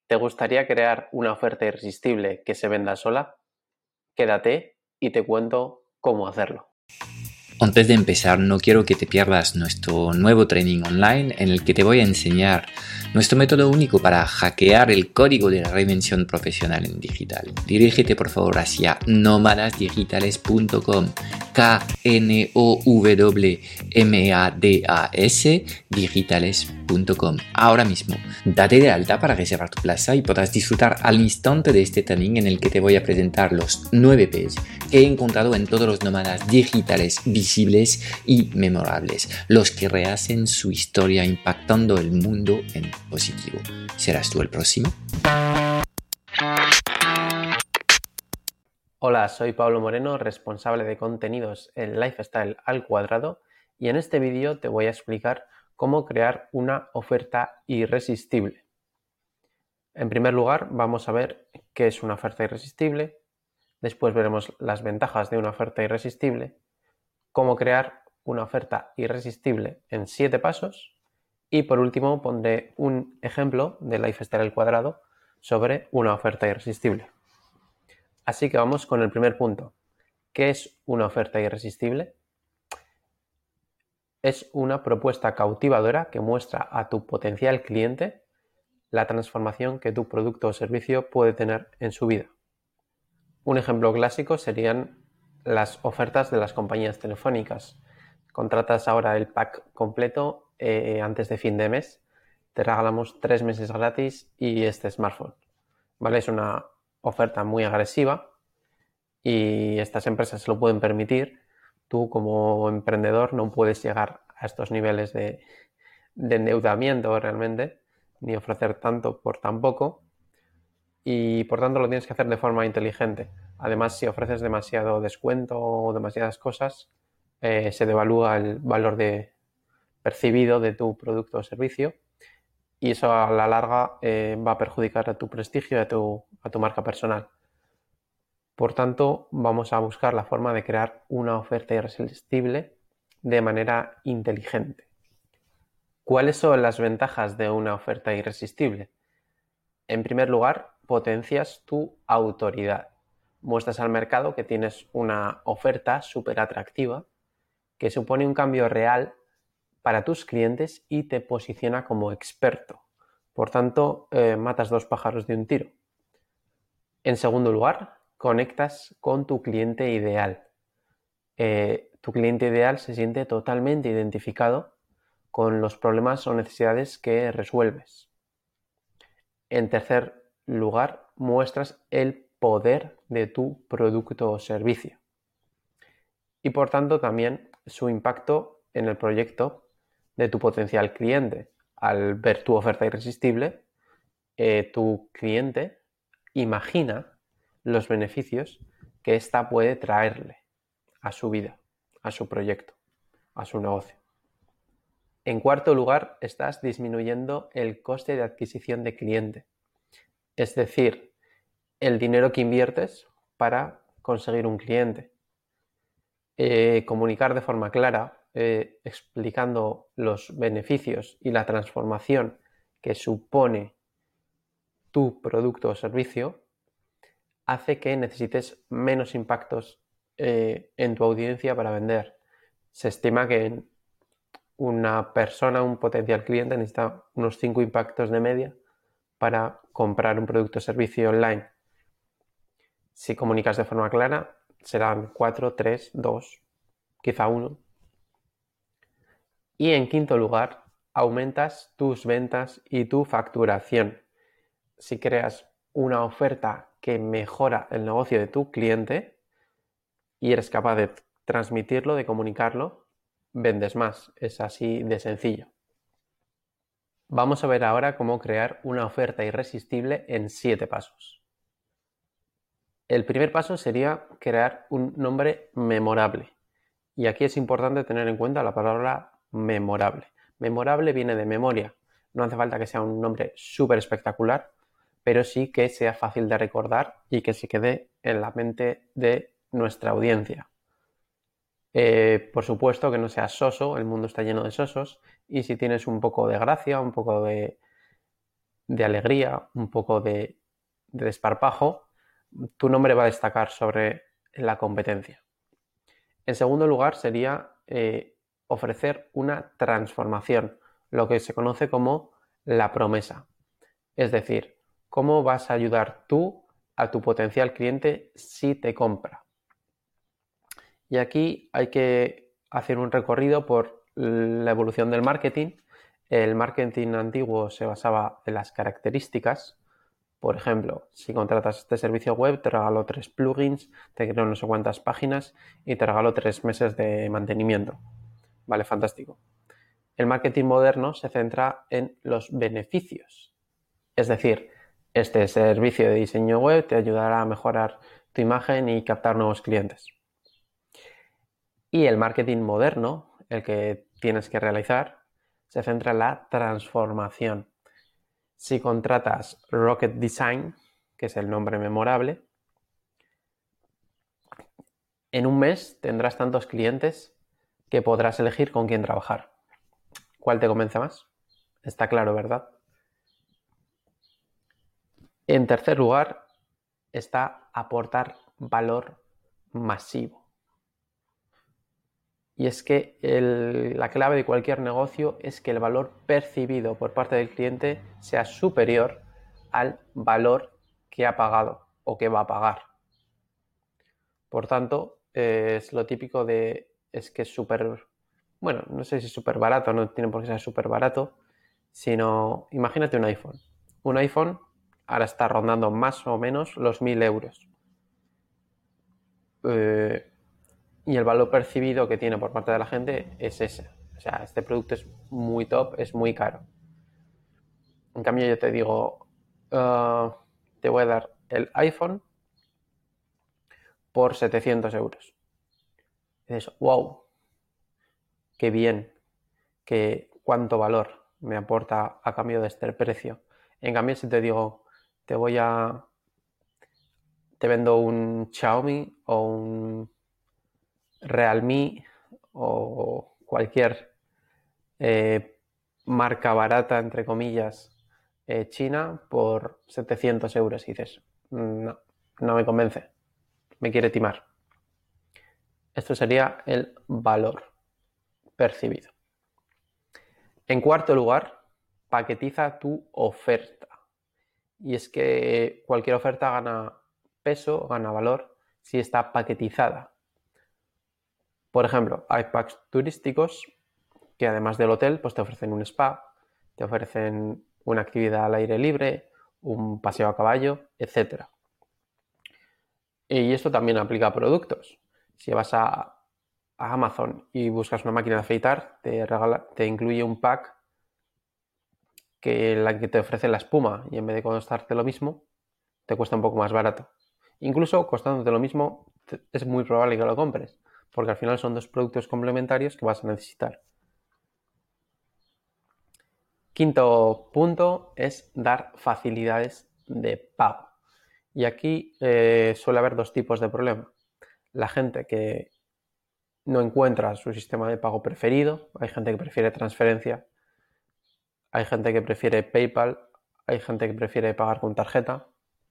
¿Te gustaría crear una oferta irresistible que se venda sola? Quédate y te cuento cómo hacerlo. Antes de empezar, no quiero que te pierdas nuestro nuevo training online en el que te voy a enseñar nuestro método único para hackear el código de la reinvención profesional en digital. Dirígete por favor hacia nómadasdigitales.com, KNOWMADAS digitales.com. Ahora mismo, date de alta para reservar tu plaza y podrás disfrutar al instante de este training en el que te voy a presentar los 9 P's que he encontrado en todos los nómadas digitales visibles y memorables, los que rehacen su historia impactando el mundo en positivo. ¿Serás tú el próximo? Hola, soy Pablo Moreno, responsable de contenidos en Lifestyle al Cuadrado, y en este vídeo te voy a explicar cómo crear una oferta irresistible. En primer lugar, vamos a ver qué es una oferta irresistible, después veremos las ventajas de una oferta irresistible, cómo crear una oferta irresistible en 7 pasos y por último pondré un ejemplo de Lifestyle al Cuadrado sobre una oferta irresistible. Así que vamos con el primer punto. ¿Qué es una oferta irresistible? Es una propuesta cautivadora que muestra a tu potencial cliente la transformación que tu producto o servicio puede tener en su vida. Un ejemplo clásico serían las ofertas de las compañías telefónicas. Contratas ahora el pack completo antes de fin de mes, te regalamos 3 meses gratis y este smartphone. ¿Vale? Es una oferta muy agresiva y estas empresas se lo pueden permitir. Tú como emprendedor no puedes llegar a estos niveles de endeudamiento realmente, ni ofrecer tanto por tan poco, y por tanto lo tienes que hacer de forma inteligente. Además, si ofreces demasiado descuento o demasiadas cosas, se devalúa el valor percibido de tu producto o servicio y eso a la larga va a perjudicar a tu prestigio y a tu marca personal. Por tanto, vamos a buscar la forma de crear una oferta irresistible de manera inteligente. ¿Cuáles son las ventajas de una oferta irresistible? En primer lugar, potencias tu autoridad. Muestras al mercado que tienes una oferta súper atractiva que supone un cambio real para tus clientes y te posiciona como experto. Por tanto, matas 2 pájaros de un tiro. En segundo lugar, conectas con tu cliente ideal. Tu cliente ideal se siente totalmente identificado con los problemas o necesidades que resuelves. En tercer lugar, muestras el poder de tu producto o servicio y por tanto también su impacto en el proyecto de tu potencial cliente. Al ver tu oferta irresistible, tu cliente imagina los beneficios que ésta puede traerle a su vida, a su proyecto, a su negocio. En cuarto lugar, estás disminuyendo el coste de adquisición de cliente, es decir, el dinero que inviertes para conseguir un cliente. Comunicar de forma clara, explicando los beneficios y la transformación que supone tu producto o servicio, hace que necesites menos impactos en tu audiencia para vender. Se estima que una persona, un potencial cliente, necesita unos 5 impactos de media para comprar un producto o servicio online. Si comunicas de forma clara, serán 4, 3, 2, quizá 1. Y en quinto lugar, aumentas tus ventas y tu facturación. Si creas una oferta que mejora el negocio de tu cliente y eres capaz de transmitirlo, de comunicarlo, vendes más. Es así de sencillo. Vamos a ver ahora cómo crear una oferta irresistible en 7 pasos. El primer paso sería crear un nombre memorable. Y aquí es importante tener en cuenta la palabra memorable. Memorable viene de memoria. No hace falta que sea un nombre súper espectacular, pero sí que sea fácil de recordar y que se quede en la mente de nuestra audiencia. Por supuesto que no sea soso, el mundo está lleno de sosos, y si tienes un poco de gracia, un poco de de alegría, un poco de desparpajo, tu nombre va a destacar sobre la competencia. En segundo lugar sería ofrecer una transformación, lo que se conoce como la promesa. Es decir, cómo vas a ayudar tú a tu potencial cliente si te compra. Y aquí hay que hacer un recorrido por la evolución del marketing. El marketing antiguo se basaba en las características. Por ejemplo, si contratas este servicio web, te regalo 3 plugins, te creo no sé cuántas páginas y te regalo 3 meses de mantenimiento. Vale, fantástico. El marketing moderno se centra en los beneficios. Es decir, este servicio de diseño web te ayudará a mejorar tu imagen y captar nuevos clientes. Y el marketing moderno, el que tienes que realizar, se centra en la transformación. Si contratas Rocket Design, que es el nombre memorable, en un mes tendrás tantos clientes que podrás elegir con quién trabajar. ¿Cuál te convence más? Está claro, ¿verdad? En tercer lugar está aportar valor masivo. Y es que la clave de cualquier negocio es que el valor percibido por parte del cliente sea superior al valor que ha pagado o que va a pagar. Por tanto, es lo típico es que es súper, bueno, no sé si es súper barato, no tiene por qué ser súper barato, sino imagínate un iPhone. Un iPhone ahora está rondando más o menos los 1.000 euros. Y el valor percibido que tiene por parte de la gente es ese. O sea, este producto es muy top, es muy caro. En cambio, yo te digo, te voy a dar el iPhone por 700 euros. Y dices, wow, qué bien, cuánto valor me aporta a cambio de este precio. En cambio, si te digo, te vendo un Xiaomi o un Realme o cualquier marca barata, entre comillas, china por 700 euros. Y dices, no, no me convence, me quiere timar. Esto sería el valor percibido. En cuarto lugar, paquetiza tu oferta. Y es que cualquier oferta gana peso, gana valor, si está paquetizada. Por ejemplo, hay packs turísticos que además del hotel, pues te ofrecen un spa, te ofrecen una actividad al aire libre, un paseo a caballo, etc. Y esto también aplica a productos. Si vas a Amazon y buscas una máquina de afeitar, te incluye un pack que te ofrece la espuma y en vez de costarte lo mismo, te cuesta un poco más barato. Incluso costándote lo mismo, es muy probable que lo compres, porque al final son dos productos complementarios que vas a necesitar. Quinto punto es dar facilidades de pago. Y aquí suele haber dos tipos de problema. La gente que no encuentra su sistema de pago preferido, hay gente que prefiere transferencia, hay gente que prefiere PayPal, hay gente que prefiere pagar con tarjeta.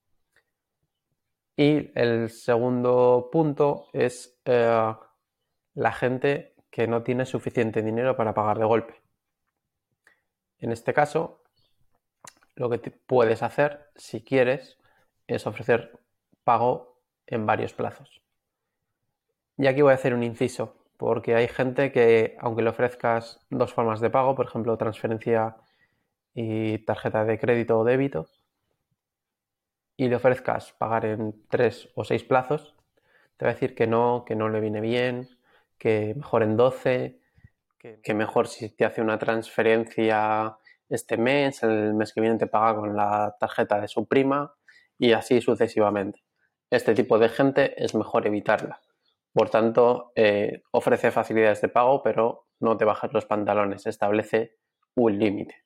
Y el segundo punto es la gente que no tiene suficiente dinero para pagar de golpe. En este caso, lo que puedes hacer, si quieres, es ofrecer pago en varios plazos. Y aquí voy a hacer un inciso, porque hay gente que, aunque le ofrezcas dos formas de pago, por ejemplo, transferencia y tarjeta de crédito o débito, y le ofrezcas pagar en 3 o 6 plazos, te va a decir que no le viene bien, que mejor en 12, que mejor si te hace una transferencia este mes, el mes que viene te paga con la tarjeta de su prima y así sucesivamente. Este tipo de gente es mejor evitarla. Por tanto, ofrece facilidades de pago, pero no te bajes los pantalones, establece un límite.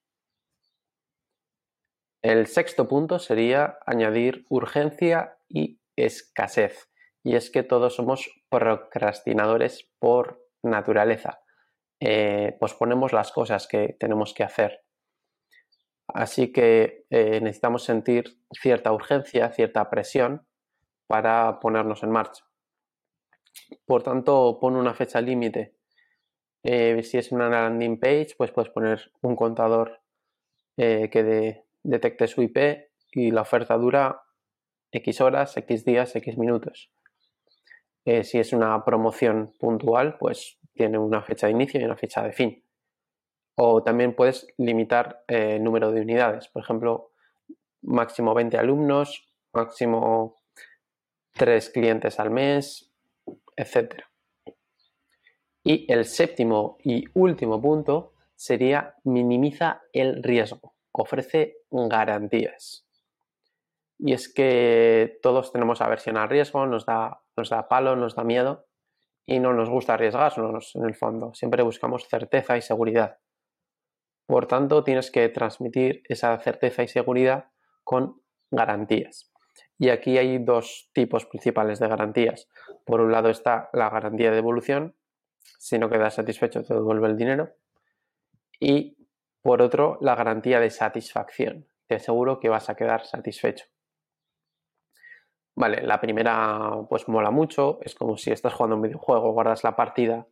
El sexto punto sería añadir urgencia y escasez. Y es que todos somos procrastinadores por naturaleza. Posponemos las cosas que tenemos que hacer. Así que necesitamos sentir cierta urgencia, cierta presión para ponernos en marcha. Por tanto, pon una fecha límite. Si es una landing page, pues puedes poner un contador que detecte su IP y la oferta dura X horas, X días, X minutos. Si es una promoción puntual, pues tiene una fecha de inicio y una fecha de fin. O también puedes limitar el número de unidades. Por ejemplo, máximo 20 alumnos, máximo 3 clientes al mes, etc. Y el séptimo y último punto sería minimiza el riesgo. Ofrece garantías. Y es que todos tenemos aversión al riesgo, nos da palo, nos da miedo y no nos gusta arriesgarnos en el fondo. Siempre buscamos certeza y seguridad. Por tanto, tienes que transmitir esa certeza y seguridad con garantías. Y aquí hay dos tipos principales de garantías. Por un lado está la garantía de devolución. Si no quedas satisfecho, te devuelve el dinero. Y por otro, la garantía de satisfacción. Te aseguro que vas a quedar satisfecho. Vale, la primera pues mola mucho. Es como si estás jugando un videojuego, guardas la partida,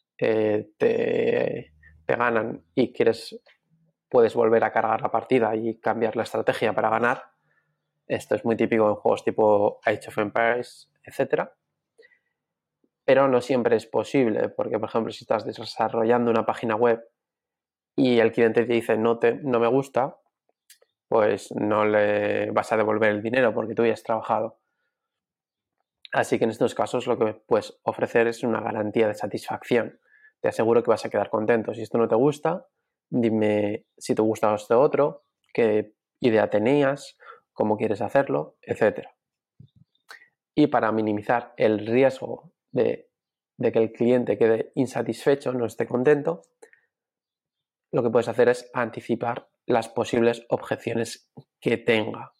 te ganan y puedes volver a cargar la partida y cambiar la estrategia para ganar. Esto es muy típico en juegos tipo Age of Empires, etc. Pero no siempre es posible, porque por ejemplo si estás desarrollando una página web y el cliente te dice no me gusta, pues no le vas a devolver el dinero porque tú ya has trabajado. Así que en estos casos lo que puedes ofrecer es una garantía de satisfacción. Te aseguro que vas a quedar contento. Si esto no te gusta, dime si te gusta esto otro, qué idea tenías, cómo quieres hacerlo, etc. Y para minimizar el riesgo de que el cliente quede insatisfecho, no esté contento, lo que puedes hacer es anticipar las posibles objeciones que tenga.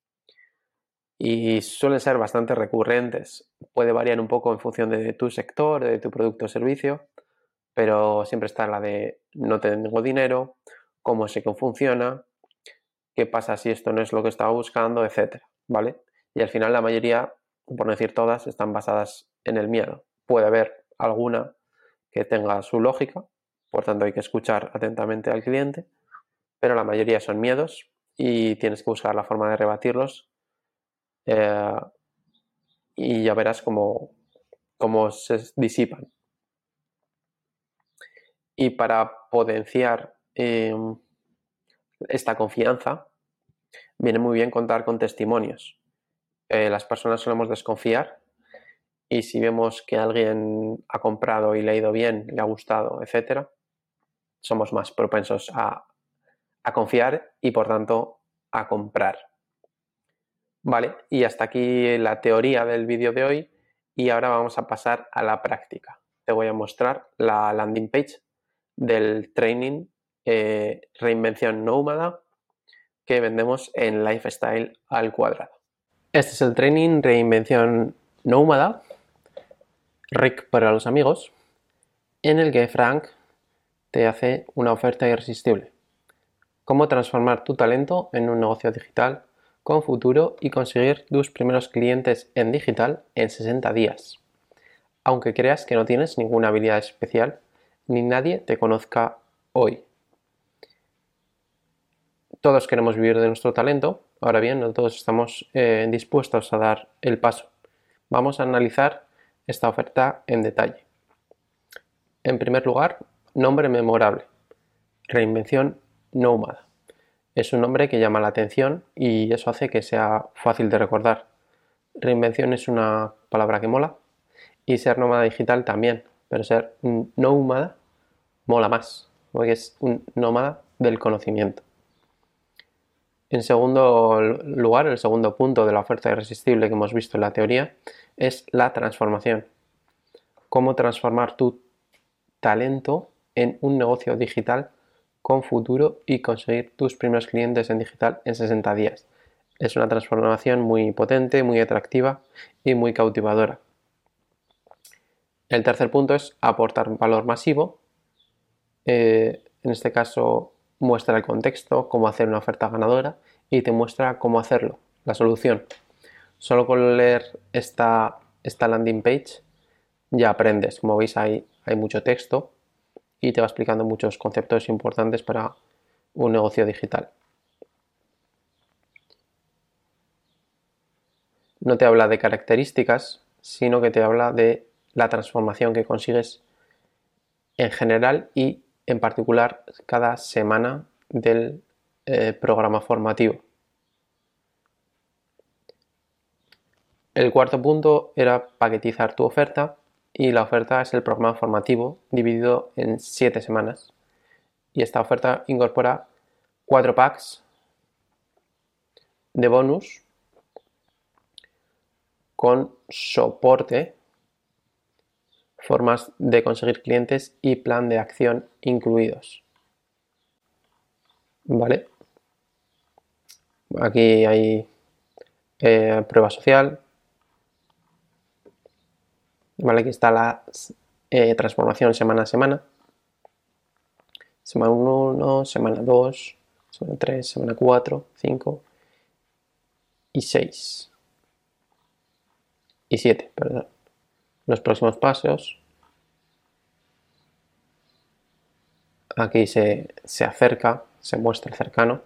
Y suelen ser bastante recurrentes. Puede variar un poco en función de tu sector, de tu producto o servicio, pero siempre está la de no tengo dinero, cómo sé que funciona, qué pasa si esto no es lo que estaba buscando, etc. ¿Vale? Y al final la mayoría, por no decir todas, están basadas en el miedo. Puede haber alguna que tenga su lógica, por tanto hay que escuchar atentamente al cliente, pero la mayoría son miedos y tienes que buscar la forma de rebatirlos y ya verás cómo se disipan. Y para potenciar esta confianza, viene muy bien contar con testimonios. Las personas solemos desconfiar y si vemos que alguien ha comprado y le ha ido bien, le ha gustado, etc., somos más propensos a confiar y por tanto a comprar. Vale, y hasta aquí la teoría del vídeo de hoy y ahora vamos a pasar a la práctica. Te voy a mostrar la landing page del training Reinvención Nómada que vendemos en Lifestyle al Cuadrado. Este es el training Reinvención Nómada, RIC para los amigos, en el que Frank te hace una oferta irresistible. Cómo transformar tu talento en un negocio digital con futuro y conseguir tus primeros clientes en digital en 60 días. Aunque creas que no tienes ninguna habilidad especial, ni nadie te conozca hoy. Todos queremos vivir de nuestro talento, ahora bien, no todos estamos dispuestos a dar el paso. Vamos a analizar esta oferta en detalle. En primer lugar, nombre memorable. Reinvención Nómada. Es un nombre que llama la atención y eso hace que sea fácil de recordar. Reinvención es una palabra que mola y ser nómada digital también, pero ser un nómada mola más, porque es un nómada del conocimiento. En segundo lugar, el segundo punto de la oferta irresistible que hemos visto en la teoría es la transformación. Cómo transformar tu talento en un negocio digital con futuro y conseguir tus primeros clientes en digital en 60 días. Es una transformación muy potente, muy atractiva y muy cautivadora. El tercer punto es aportar valor masivo. En este caso, muestra el contexto, cómo hacer una oferta ganadora y te muestra cómo hacerlo, la solución. Solo con leer esta landing page ya aprendes. Como veis, hay mucho texto y te va explicando muchos conceptos importantes para un negocio digital. No te habla de características, sino que te habla de la transformación que consigues en general y en particular cada semana del programa formativo. El cuarto punto era paquetizar tu oferta, y la oferta es el programa formativo dividido en 7 semanas. Y esta oferta incorpora 4 packs de bonus con soporte, formas de conseguir clientes y plan de acción incluidos. ¿Vale? Aquí hay prueba social. ¿Vale? Aquí está la transformación semana a semana. Semana 1, semana 2, semana 3, semana 4, 5 y 6. Y 7, perdón. Los próximos pasos. Aquí se acerca, se muestra cercano.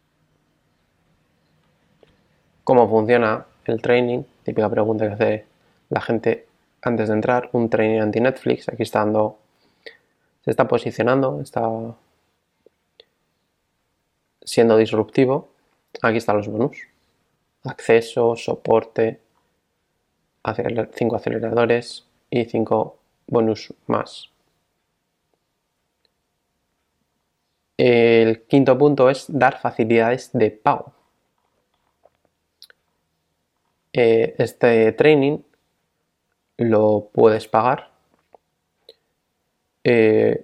¿Cómo funciona el training? Típica pregunta que hace la gente antes de entrar. Un training anti-Netflix. Aquí está se está posicionando, está siendo disruptivo. Aquí están los bonus. Acceso, soporte, 5 aceleradores y 5 bonus más. El quinto punto es dar facilidades de pago. Este training lo puedes pagar en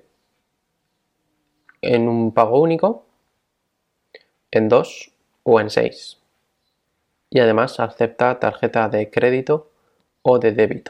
un pago único, en 2 o en 6. Y además acepta tarjeta de crédito o de débito.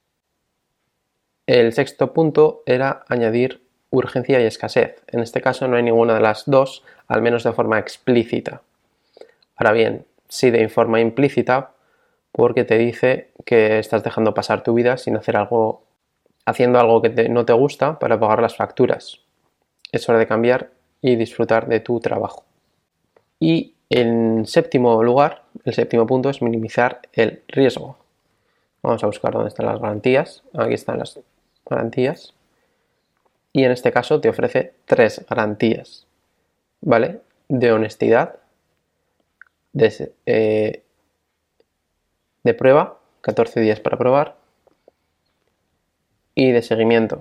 El sexto punto era añadir urgencia y escasez. En este caso no hay ninguna de las dos, al menos de forma explícita. Ahora bien, sí de forma implícita, porque te dice que estás dejando pasar tu vida sin haciendo algo que no te gusta para pagar las facturas. Es hora de cambiar y disfrutar de tu trabajo. Y en séptimo lugar, el séptimo punto es minimizar el riesgo. Vamos a buscar dónde están las garantías. Aquí están las garantías. Y en este caso te ofrece 3 garantías, ¿vale? De honestidad, de prueba, 14 días para probar, y de seguimiento.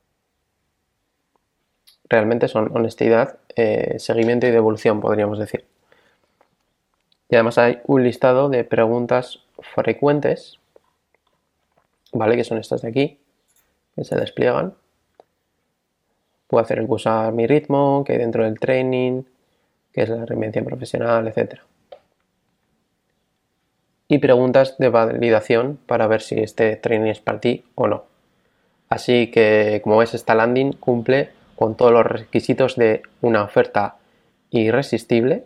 Realmente son honestidad, seguimiento y devolución, podríamos decir. Y además hay un listado de preguntas frecuentes, ¿vale? Que son estas de aquí, que se despliegan. Puedo hacer el curso a mi ritmo, que hay dentro del training, que es la reinvención profesional, etc. Y preguntas de validación para ver si este training es para ti o no. Así que, como ves, esta landing cumple con todos los requisitos de una oferta irresistible.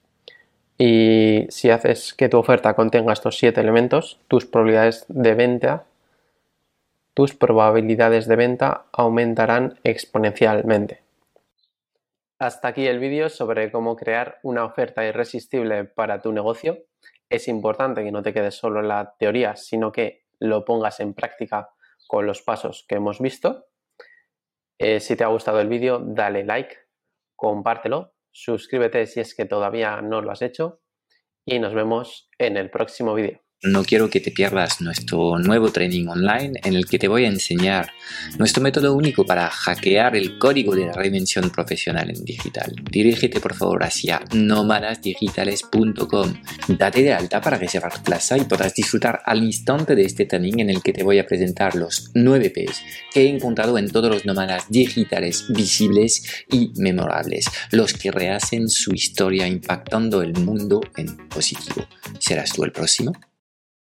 Y si haces que tu oferta contenga estos 7 elementos, tus probabilidades de venta aumentarán exponencialmente. Hasta aquí el vídeo sobre cómo crear una oferta irresistible para tu negocio. Es importante que no te quedes solo en la teoría, sino que lo pongas en práctica con los pasos que hemos visto. Si te ha gustado el vídeo, dale like, compártelo, suscríbete si es que todavía no lo has hecho y nos vemos en el próximo vídeo. No quiero que te pierdas nuestro nuevo training online en el que te voy a enseñar nuestro método único para hackear el código de la reinvención profesional en digital. Dirígete por favor hacia nómadasdigitales.com. Date de alta para reservar tu plaza y podrás disfrutar al instante de este training en el que te voy a presentar los 9 P's que he encontrado en todos los nómadas digitales visibles y memorables, los que rehacen su historia impactando el mundo en positivo. ¿Serás tú el próximo?